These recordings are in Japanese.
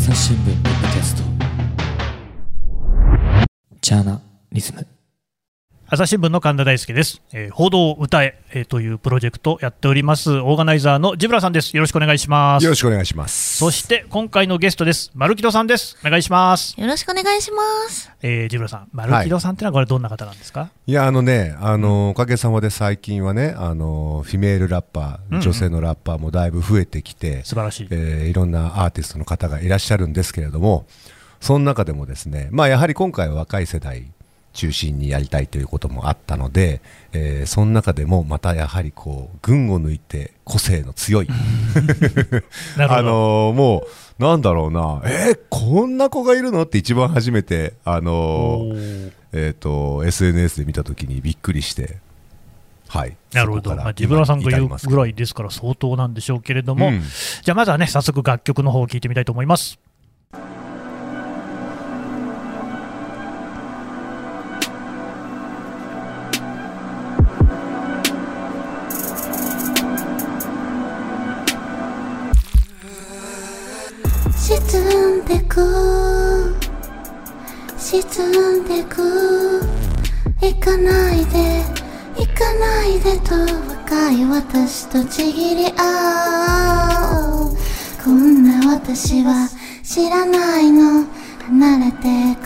朝日新聞ポッドキャストジャーナリズム。 朝日新聞の神田大輔です。報道を歌えというプロジェクトをやっておりますオーガナイザーのジブラさんです。よろしくお願いします。 よろしくお願いします。 そして今回のゲストです。マルキドさんです。お願いします。 よろしくお願いします。 ジブラさん、マルキドさんってのはこれどんな方なんですか？ いやおかげさまで最近はねフィメールラッパー、女性のラッパーもだいぶ増えてきて、 素晴らしい、 いろんなアーティストの方がいらっしゃるんですけれども、その中でもですね、やはり今回は若い世代中心にやりたいということもあったので、その中でもまたやはりこう群を抜いて個性の強いなるほど。 もうなんだろうな、こんな子がいるのって一番初めてSNS で見たときにびっくりして、はい、 なるほど。ジブラさんが言うぐらいですから相当なんでしょうけれども、じゃあまずはね、早速楽曲の方を聞いてみたいと思います。 沈んでく行かないでと若い私とちぎり合う。こんな私は知らないの。離れて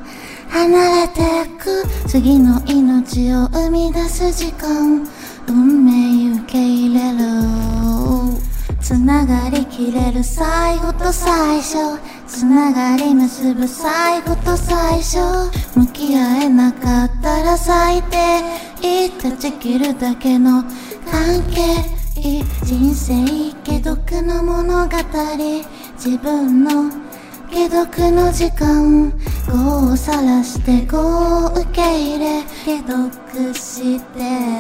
く次の命を生み出す時間、運命受け入れる。つながりきれる最後と最初、つながり結ぶ最後と最初、向き合えなかったら咲いていったちきるだけの関係、人生解読の物語、自分の解読の時間、業を晒して業を受け入れ解読して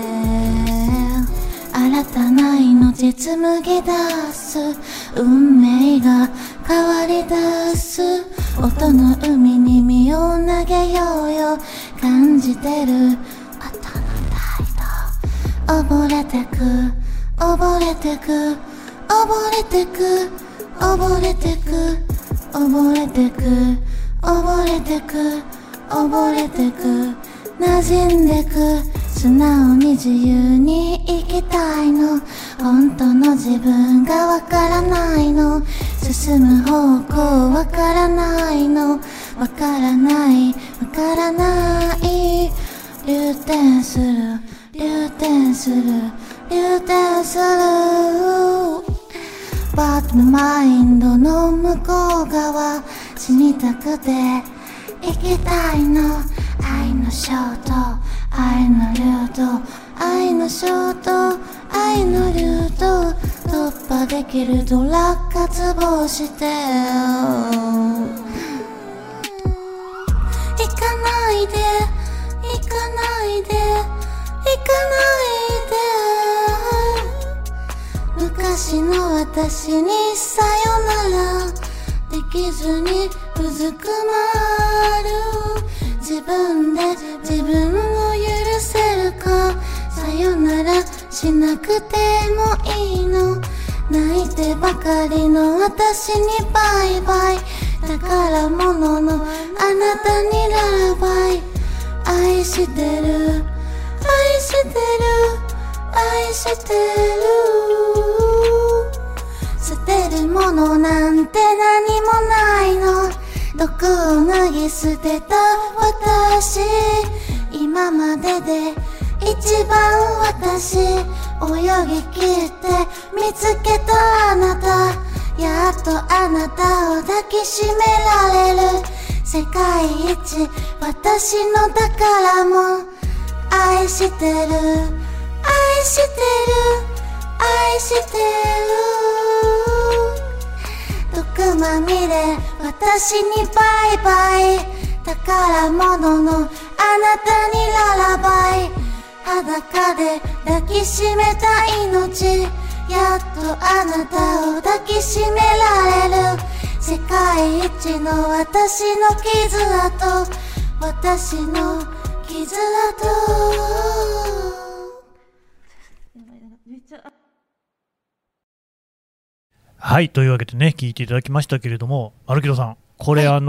新たな命紡ぎ出す、運命が変わり出す。音の海に身を投げようよ、感じてる音の態度。溺れてく溺れてく溺れてく溺れてく溺れてく溺れてく溺れてく馴染んでく、素直に自由に生きたいの。本当の自分がわからないの。進む方向わからないの。わからない流転するバックマインドの向こう側、死にたくて生きたいの。愛のショート、愛のルート、愛のショート、愛のルート、突破できると落下防止で行かないで昔の私にさよならできずにうずくまる。自分で自分を許せるか、さよならしなくてもいいの。泣いてばかりの私にバイバイ、宝物のあなたにララバイ。愛してる捨てるものなんて何もないの。毒を脱ぎ捨てた私、今までで一番私、泳ぎ切って見つけたあなた、やっとあなたを抱きしめられる。世界一私の宝も愛してる毒まみれ私にバイバイ、宝物のあなたにララバイ。裸で抱きしめた命、やっとあなたを抱きしめられる。世界一の私の傷跡、私の傷跡。 はいというわけでね聞いていただきましたけれども、アルキドさんこれ、 はい、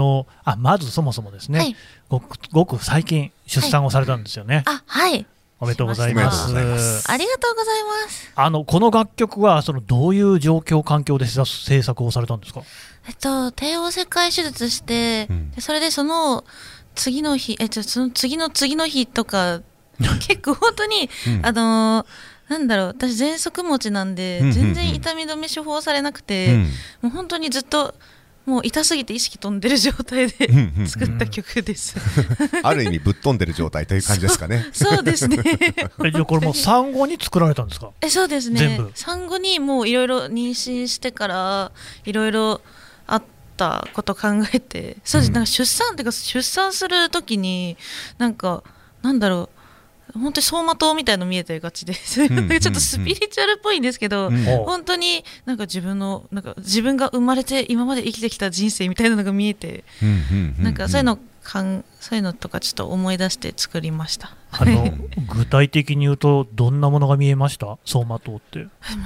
まずそもそもですね、 はい、 ごく最近出産をされたんですよね、 はい、 おめでとうございます。 ありがとうございます。 この楽曲はどういう状況環境で制作をされたんですか？ 帝王切開手術して、でそれでその次の日、その次の次の日とか結構本当に、なんだろう、私喘息持ちなんで、全然痛み止め処方されなくて、もう本当にずっともう痛すぎて意識飛んでる状態で作った曲です。 ある意味ぶっ飛んでる状態という感じですかね。 そうですね。 じゃあこれもう産後に作られたんですか？ そうですね。産後にもういろいろ妊娠してからいろいろあったこと考えて、そうです。なんか出産するときになんだろう。本当に走馬灯みたいの見えてがちでちょっとスピリチュアルっぽいんですけど、本当に自分が生まれて今まで生きてきた人生みたいなのが見えて、そういうのとかちょっと思い出して作りました。 具体的に言うとどんなものが見えました？走馬灯って。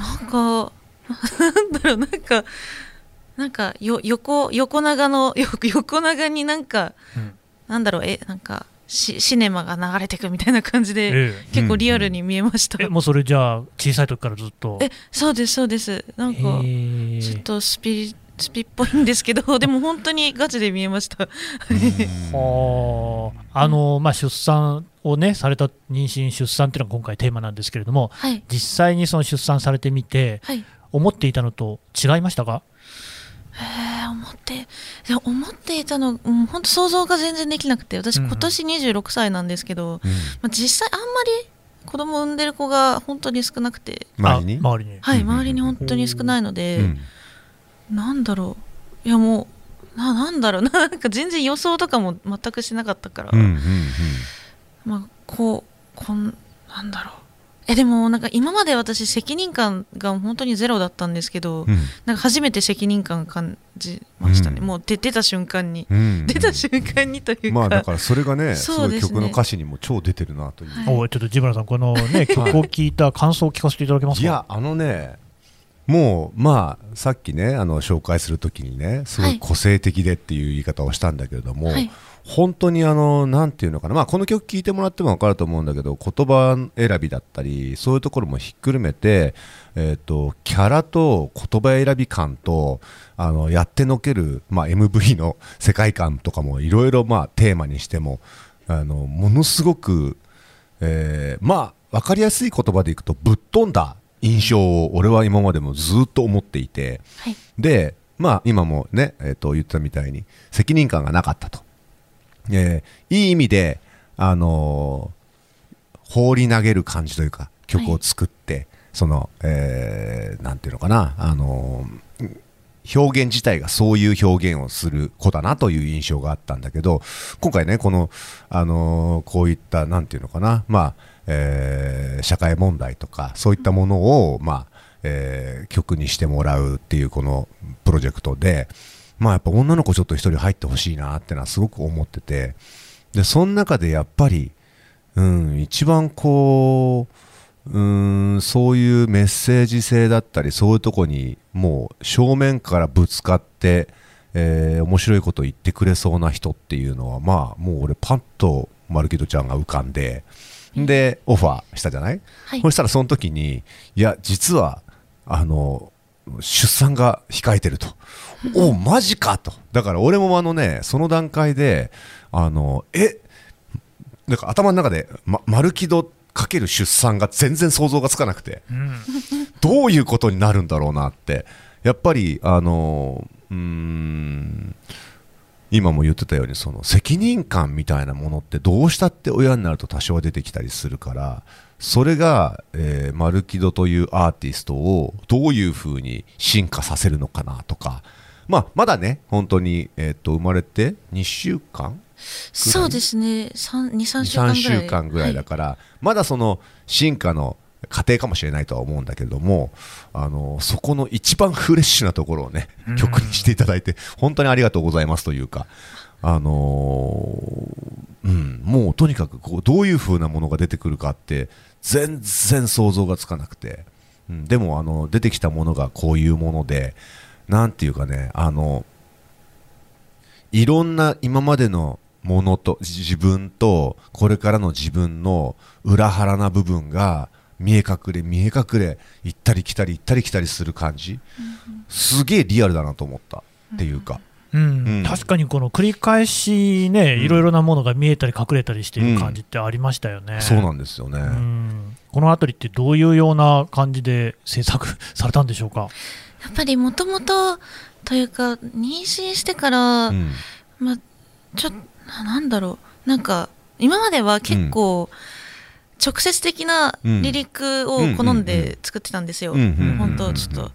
横長にシネマが流れていくみたいな感じで、結構リアルに見えました。 もうそれじゃあ小さい時からずっと。 そうですそうです。ちょっとスピっぽいんですけど、でも本当にガチで見えました。 出産をねされた妊娠出産っていうのが今回テーマなんですけれども、実際にその出産されてみて、思っていたのと違いましたか？ 思っていたの、本当想像が全然できなくて、私今年26歳なんですけど、実際あんまり子供を産んでる子が本当に少なくて、 周りに本当に少ないので、なんだろう、いやもうなんだろうなんか全然予想とかも全くしなかったから、なんだろう。でも今まで私責任感が本当にゼロだったんですけど、初めて責任感感じましたね。もう出た瞬間に、というか、 だからそれがね、すごい曲の歌詞にも超出てるなという。 ちょっとジブラさんこのね曲を聴いた感想を聞かせていただけますか？ いやもうさっきね紹介するときにねすごい個性的でっていう言い方をしたんだけれども、本当になんていうのかな、この曲聴いてもらっても分かると思うんだけど、言葉選びだったりそういうところもひっくるめて、キャラと言葉選び感とやってのける、MV の世界観とかもいろいろテーマにしてもものすごく、分かりやすい言葉でいくとぶっ飛んだ印象を俺は今までもずっと思っていて、で今もね、言ってたみたいに責任感がなかったと。いい意味で放り投げる感じというか曲を作って、なんていうのかな表現自体がそういう表現をする子だなという印象があったんだけど、今回ねこういったなんていうのかな社会問題とかそういったものを曲にしてもらうっていうこのプロジェクトで。やっぱ女の子ちょっと一人入ってほしいなってのはすごく思ってて、でその中でやっぱり、一番そういうメッセージ性だったりそういうとこにもう正面からぶつかって、面白いこと言ってくれそうな人っていうのはもう俺パッとマルキドちゃんが浮かんで、でオファーしたじゃない、そしたらその時にいや実は出産が控えてると。おマジかと。だから俺もその段階でなんか頭の中で、マルキド×出産が全然想像がつかなくて、どういうことになるんだろうなってやっぱり今も言ってたようにその責任感みたいなものってどうしたって親になると多少出てきたりするから、それが、マルキドというアーティストをどういう風に進化させるのかなとか、まだね本当に、生まれて2週間そうですね、2、3週間ぐらいだから、まだその進化の過程かもしれないとは思うんだけれども、そこの一番フレッシュなところをね曲にしていただいて本当にありがとうございますというか、もうとにかくどういう風なものが出てくるかって全然想像がつかなくて、 でも出てきたものがこういうもので、なんていうかね、いろんな今までのものと自分とこれからの自分の裏腹な部分が見え隠れ行ったり来たりする感じ、すげえリアルだなと思ったっていうか、 確かにこの繰り返しね、いろいろなものが見えたり隠れたりしている感じってありましたよね。 そうなんですよね。 このあたりってどういうような感じで制作されたんでしょうか。 やっぱりもともとというか妊娠してから、なんだろう、なんか今までは結構直接的なリリックを好んで作ってたんですよ。本当ちょっと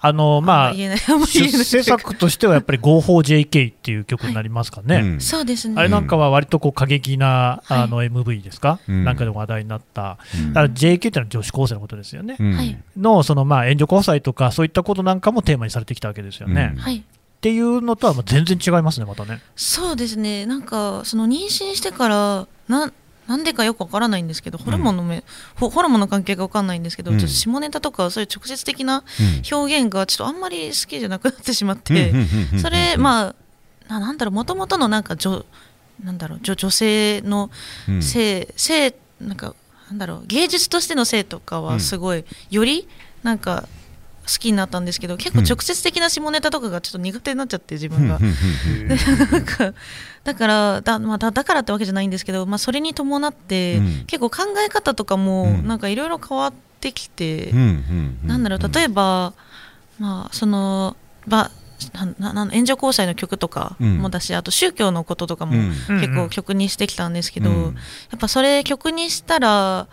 出世作としてはやっぱり合法 JK っていう曲になりますかね。 そうですね。 あれなんかは割とこう過激なMV ですか、なんかでも話題になった、だから JK っていうのは女子高生のことですよね、のその援助交際とかそういったことなんかもテーマにされてきたわけですよね。っていうのとは全然違いますね、またね。 そうですね。なんかその妊娠してからなんでかよくわからないんですけど、ホルモンの関係がわかんないんですけど、ちょっと下ネタとかそういう直接的な表現がちょっとあんまり好きじゃなくなってしまって、それなんだろう、もともとのなんか女性の性なんだろう、芸術としての性とかはすごいよりなんか好きになったんですけど、結構直接的な下ネタとかがちょっと苦手になっちゃって、自分がだからだからってわけじゃないんですけど、それに伴って、結構考え方とかもなんかいろいろ変わってきて、なんだろう、例えばその援助交際の曲とかもだし、あと宗教のこととかも結構曲にしてきたんですけど、やっぱそれ曲にしたら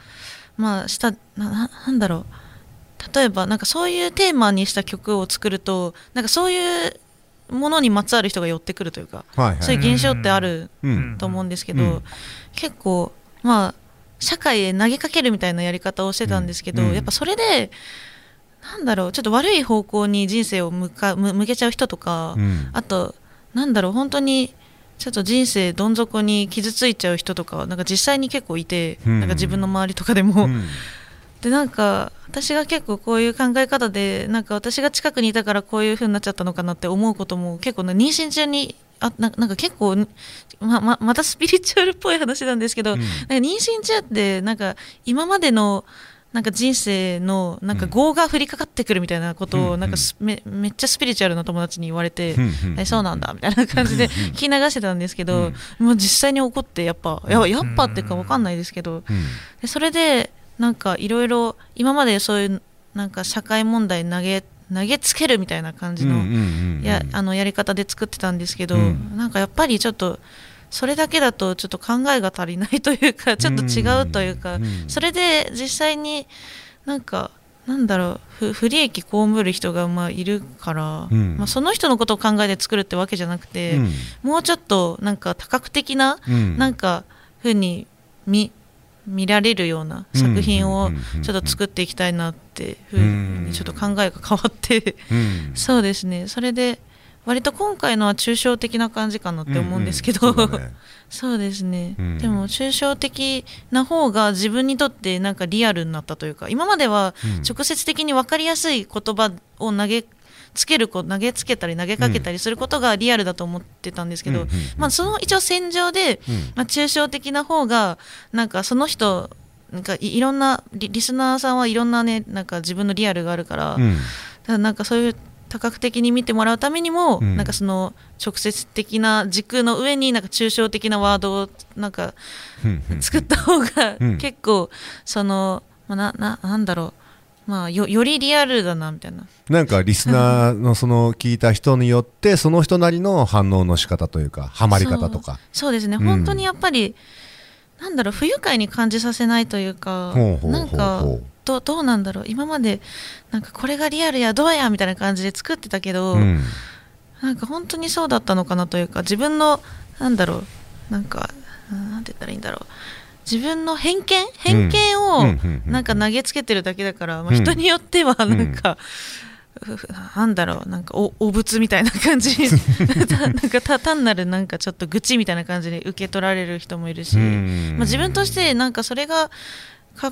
なんだろう、例えばなんかそういうテーマにした曲を作ると、なんかそういうものにまつわる人が寄ってくるというか、そういう現象ってあると思うんですけど、結構社会へ投げかけるみたいなやり方をしてたんですけど、やっぱそれでなんだろう、ちょっと悪い方向に人生を向けちゃう人とか、あとなんだろう、本当にちょっと人生どん底に傷ついちゃう人とか、なんか実際に結構いて、なんか自分の周りとかでも、でなんか私が結構こういう考え方で、なんか私が近くにいたからこういう風になっちゃったのかなって思うことも結構妊娠中になんか結構またスピリチュアルっぽい話なんですけど、なんか妊娠中ってなんか今までのなんか人生のなんか業が降りかかってくるみたいなことをなんかめっちゃスピリチュアルな友達に言われて、そうなんだみたいな感じで聞き流してたんですけど、もう実際に起こって、やっぱっていうか分かんないですけど、でそれでなんかいろいろ今までそういうなんか社会問題投げつけるみたいな感じのやり方で作ってたんですけど、なんかやっぱりちょっとそれだけだとちょっと考えが足りないというか、ちょっと違うというか、それで実際になんかなんだろう、不利益被る人がいるから、その人のことを考えて作るってわけじゃなくて、もうちょっとなんか多角的ななんか風に見られるような作品をちょっと作っていきたいなってふうにちょっと考えが変わってそうですね、それで割と今回のは抽象的な感じかなって思うんですけど、そうですね、でも抽象的な方が自分にとってなんかリアルになったというか、今までは直接的に分かりやすい言葉を投げつけたり投げかけたりすることがリアルだと思ってたんですけど、その一応戦場で、抽象的な方がなんかその人なんかいろんなリスナーさんはいろんなね、なんか自分のリアルがあるから、なんかそういう多角的に見てもらうためにも、なんかその直接的な軸の上になんか抽象的なワードをなんか作った方が結構そのなんだろう、よりリアルだなみたいな、 なんかリスナーのその聞いた人によってその人なりの反応の仕方というかハマり方とか、 そうですね、本当にやっぱりなんだろう、不愉快に感じさせないというか、なんかどうなんだろう、今までなんかこれがリアルやどうやみたいな感じで作ってたけど、なんか本当にそうだったのかなというか、自分のなんだろう、なんかなんて言ったらいいんだろう、自分の偏見をなんか投げつけてるだけだから、人によってはなんか、なんだろう、なんかお仏みたいな感じなんか単なるなんかちょっと愚痴みたいな感じで受け取られる人もいるし、自分としてなんかそれが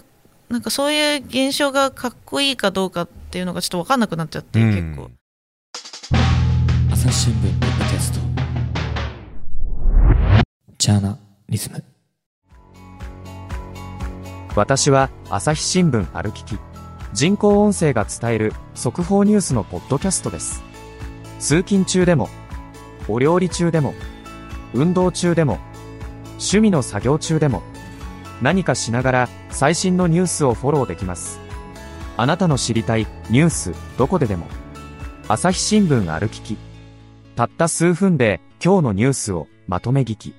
なんかそういう現象がかっこいいかどうかっていうのがちょっと分かんなくなっちゃって、結構朝日新聞ポッドキャストジャーナリズム。 私は朝日新聞ある聞き、人工音声が伝える速報ニュースのポッドキャストです。通勤中でも、お料理中でも、運動中でも、趣味の作業中でも、何かしながら最新のニュースをフォローできます。あなたの知りたいニュースどこででも、朝日新聞ある聞き。たった数分で今日のニュースをまとめ聞き。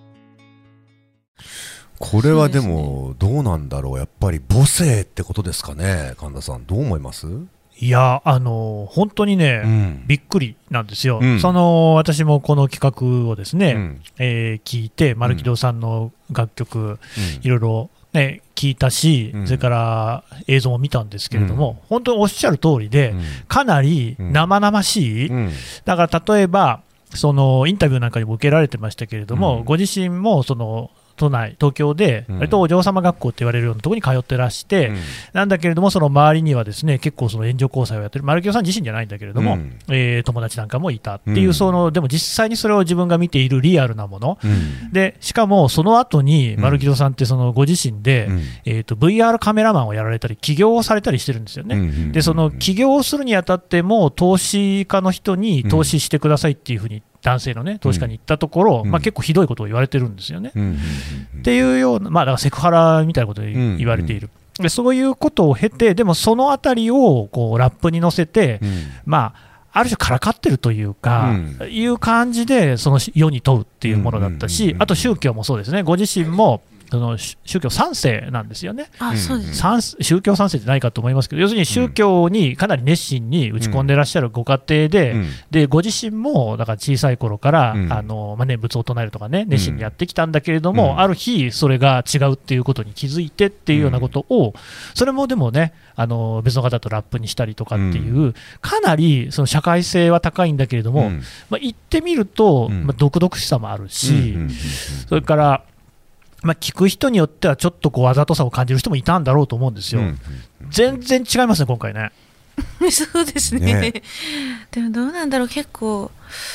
これはでもどうなんだろう、やっぱり母性ってことですかね。神田さんどう思います？ いや本当にね、びっくりなんですよ、私もこの企画をですね、聞いて、丸木戸さんの楽曲、いろいろ、ね、聞いたし、それから映像も見たんですけれども、本当におっしゃる通りで、かなり生々しい、だから例えば、そのインタビューなんかにも受けられてましたけれども、ご自身もその都内、東京で、割とお嬢様学校って言われるようなところに通ってらして、なんだけれども、その周りにはですね、結構その援助交際をやってる、丸木戸さん自身じゃないんだけれども、友達なんかもいたっていう、でも実際にそれを自分が見ているリアルなもの、でしかもその後に丸木戸さんってそのご自身で、VR カメラマンをやられたり、起業をされたりしてるんですよね。でその起業をするにあたっても、投資家の人に投資してくださいっていうふうに男性の、ね、投資家に行ったところ、結構ひどいことを言われてるんですよね。っていうような、だからセクハラみたいなことを言われている、でそういうことを経て、でもそのあたりをこうラップに乗せて、ある種からかってるというか、いう感じでその世に問うっていうものだったし、あと宗教もそうですね、ご自身もその宗教3世なんですよね。 そうです。 宗教3世ってないかと思いますけど、要するに宗教にかなり熱心に打ち込んでらっしゃるご家庭で、でご自身もだから小さい頃から、仏を唱えるとかね、熱心にやってきたんだけれども、ある日それが違うっていうことに気づいてっていうようなことを、それもでもね、別の方とラップにしたりとかっていう、かなりその社会性は高いんだけれども、言ってみると、毒々しさもあるし、それから聞く人によってはちょっとこうあざとさを感じる人もいたんだろうと思うんですよ。全然違いますね、今回ね。 そうですね。でもどうなんだろう、結構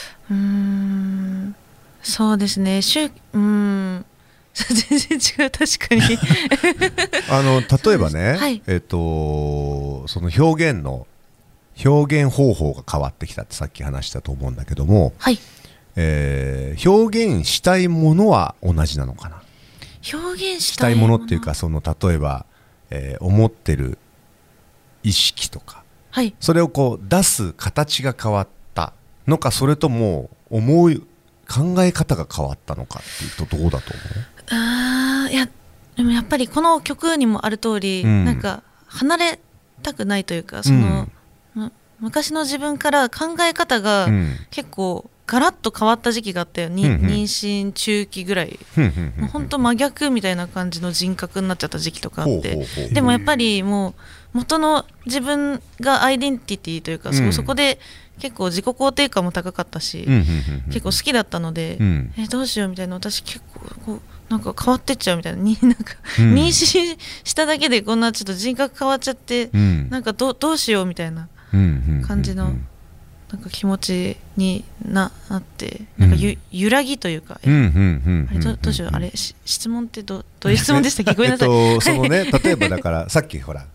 そうですね、全然違う、確かに例えばね、その表現方法が変わってきたってさっき話したと思うんだけども、表現したいものは同じなのかな。 表現したいものっていうか、その例えば、思ってる意識とか、それをこう出す形が変わったのか、それとも考え方が変わったのかっていうとどうだと思う？ いやでもやっぱりこの曲にもある通り、なんか離れたくないというか、その、昔の自分から考え方が結構ガラッと変わった時期があったよ、妊娠中期ぐらい、本当真逆みたいな感じの人格になっちゃった時期とかあって、でもやっぱりもう元の自分がアイデンティティというか、そこで結構自己肯定感も高かったし、結構好きだったので、どうしようみたいな、私結構こうなんか変わってっちゃうみたいな、なんか妊娠しただけでこんなちょっと人格変わっちゃって、なんかどうしようみたいな感じのなんか気持ちになって、なんか揺らぎというか、どうしよう、あれ質問ってどういう質問でしたっけ？ごめんなさい。 そのね、例えばだからさっきほら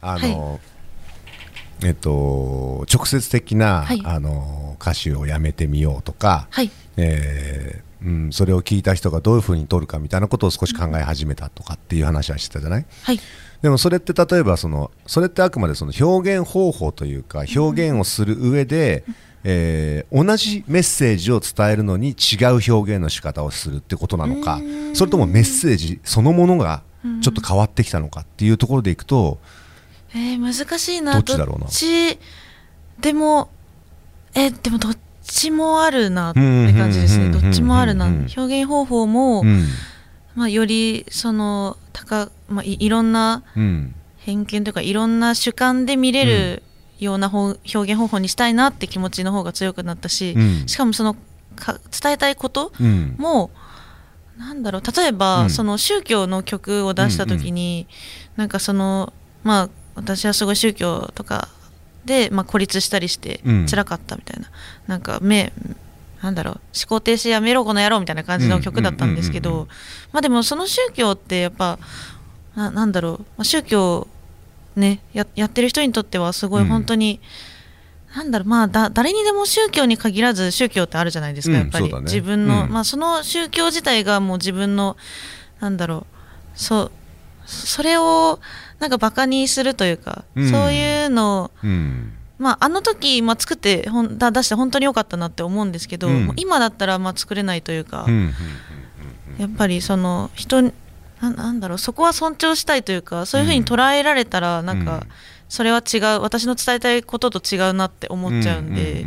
直接的な、歌手をやめてみようとか、それを聞いた人がどういうふうに取るかみたいなことを少し考え始めたとかっていう話はしてたじゃない？でもそれって例えばそれってあくまでその表現方法というか、表現をする上で、同じメッセージを伝えるのに違う表現の仕方をするってことなのか、それともメッセージそのものがちょっと変わってきたのかっていうところでいくと、 難しいな。 どっちだろうな。 でもどっちもあるなって感じですね。どっちもあるな。表現方法も、よりそのいろんな偏見というか、いろんな主観で見れるような表現方法にしたいなって気持ちの方が強くなったし、しかもその伝えたいことも、なんだろう、例えば、その宗教の曲を出した時に、なんかそのまあ私はすごい宗教とかで、孤立したりして辛かったみたいな、なんかなんだろう、思考停止やめろこの野郎みたいな感じの曲だったんですけど、でもその宗教ってやっぱなんだろう、宗教ね やってる人にとってはすごい本当に、なんだろう、誰にでも宗教に限らず宗教ってあるじゃないですか、やっぱり、自分の、その宗教自体がもう自分のなんだろう、それをなんかバカにするというか、そういうのを、あの時、作って出して本当に良かったなって思うんですけど、もう今だったら作れないというか、やっぱりその人なんだろう、そこは尊重したいというか、そういうふうに捉えられたらなんかそれは違う、私の伝えたいことと違うなって思っちゃうんで、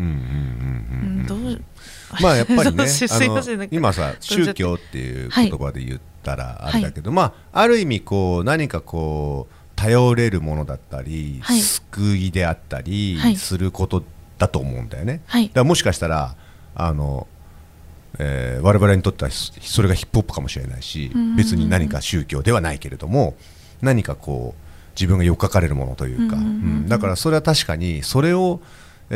やっぱりね今さ宗教っていう言葉で言ったらあれだけど、ある意味こう何かこう頼れるものだったり、救いであったりすることだと思うんだよね。だからもしかしたら我々にとってはそれがヒップホップかもしれないし、別に何か宗教ではないけれども、何かこう自分がよっかかれるものというか、だからそれは確かにそれを、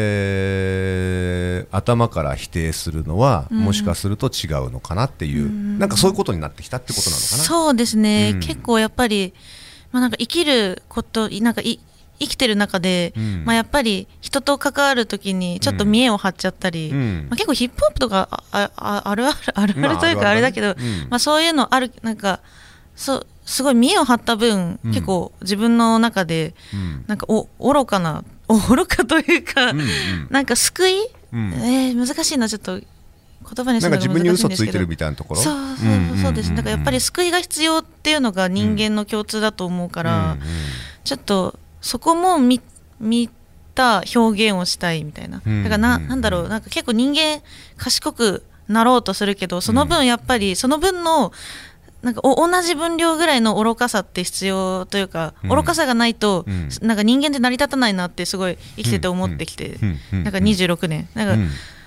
頭から否定するのはもしかすると違うのかなっていう、なんかそういうことになってきたってことなのかな。 そうですね、結構やっぱり、なんか生きることなんか生きてる中で、やっぱり人と関わるときにちょっと見栄を張っちゃったり、結構ヒップホップとかあるというかあれだけど、そういうのある、なんかすごい見栄を張った分、結構自分の中でなんか愚かというか、なんか救い、難しいな、ちょっと言葉にするのが難しいんですけど、なんか自分に嘘ついてるみたいなところ、 そうですね。だからやっぱり救いが必要っていうのが人間の共通だと思うから、ちょっとそこも見た表現をしたいみたいな。だからなんだろう、なんか結構人間賢くなろうとするけど、その分やっぱりその分のなんか同じ分量ぐらいの愚かさって必要というか、愚かさがないとなんか人間って成り立たないなってすごい生きてて思ってきて、なんか26年なんか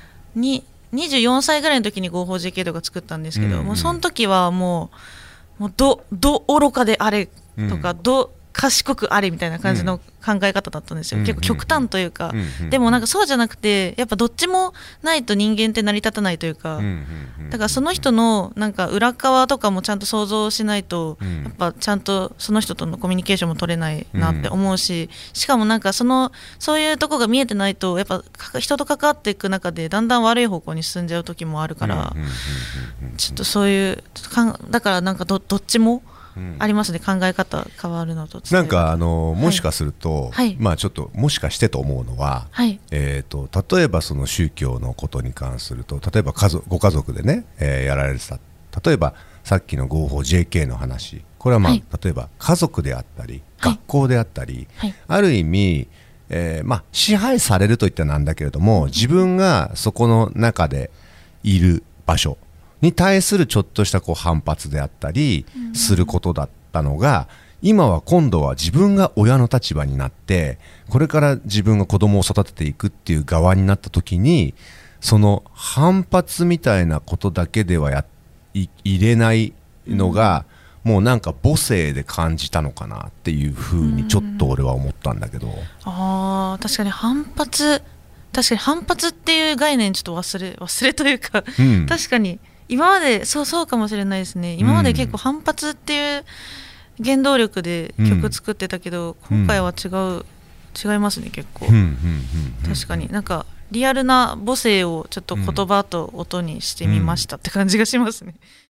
24歳ぐらいの時に合法 JK とか作ったんですけど、もうその時はもうど愚かであれとか、賢くあれみたいな感じの考え方だったんですよ、結構極端というか、でもなんかそうじゃなくて、やっぱどっちもないと人間って成り立たないというか、だからその人のなんか裏側とかもちゃんと想像しないと、やっぱちゃんとその人とのコミュニケーションも取れないなって思うし、しかもなんかそういうとこが見えてないと、やっぱ人と関わっていく中でだんだん悪い方向に進んじゃう時もあるから、ちょっとそういうだからなんかどっちもありますね、考え方変わるのと。 なんかもしかすると、ちょっともしかしてと思うのは、例えばその宗教のことに関すると、例えばご家族でね、やられてた、例えばさっきの合法 JK の話、これは例えば家族であったり、学校であったり、ある意味、支配されるといったらなんだけれども、自分がそこの中でいる場所に対するちょっとしたこう反発であったりすることだったのが、今は今度は自分が親の立場になって、これから自分が子供を育てていくっていう側になった時に、その反発みたいなことだけでは入れないのが、もうなんか母性で感じたのかなっていうふうにちょっと俺は思ったんだけど。 確かに反発っていう概念ちょっと忘れというか、確かに今までそうかもしれないですね。今まで結構反発っていう原動力で曲作ってたけど、今回は違いますね、結構。確かになんかリアルな母性をちょっと言葉と音にしてみましたって感じがしますね。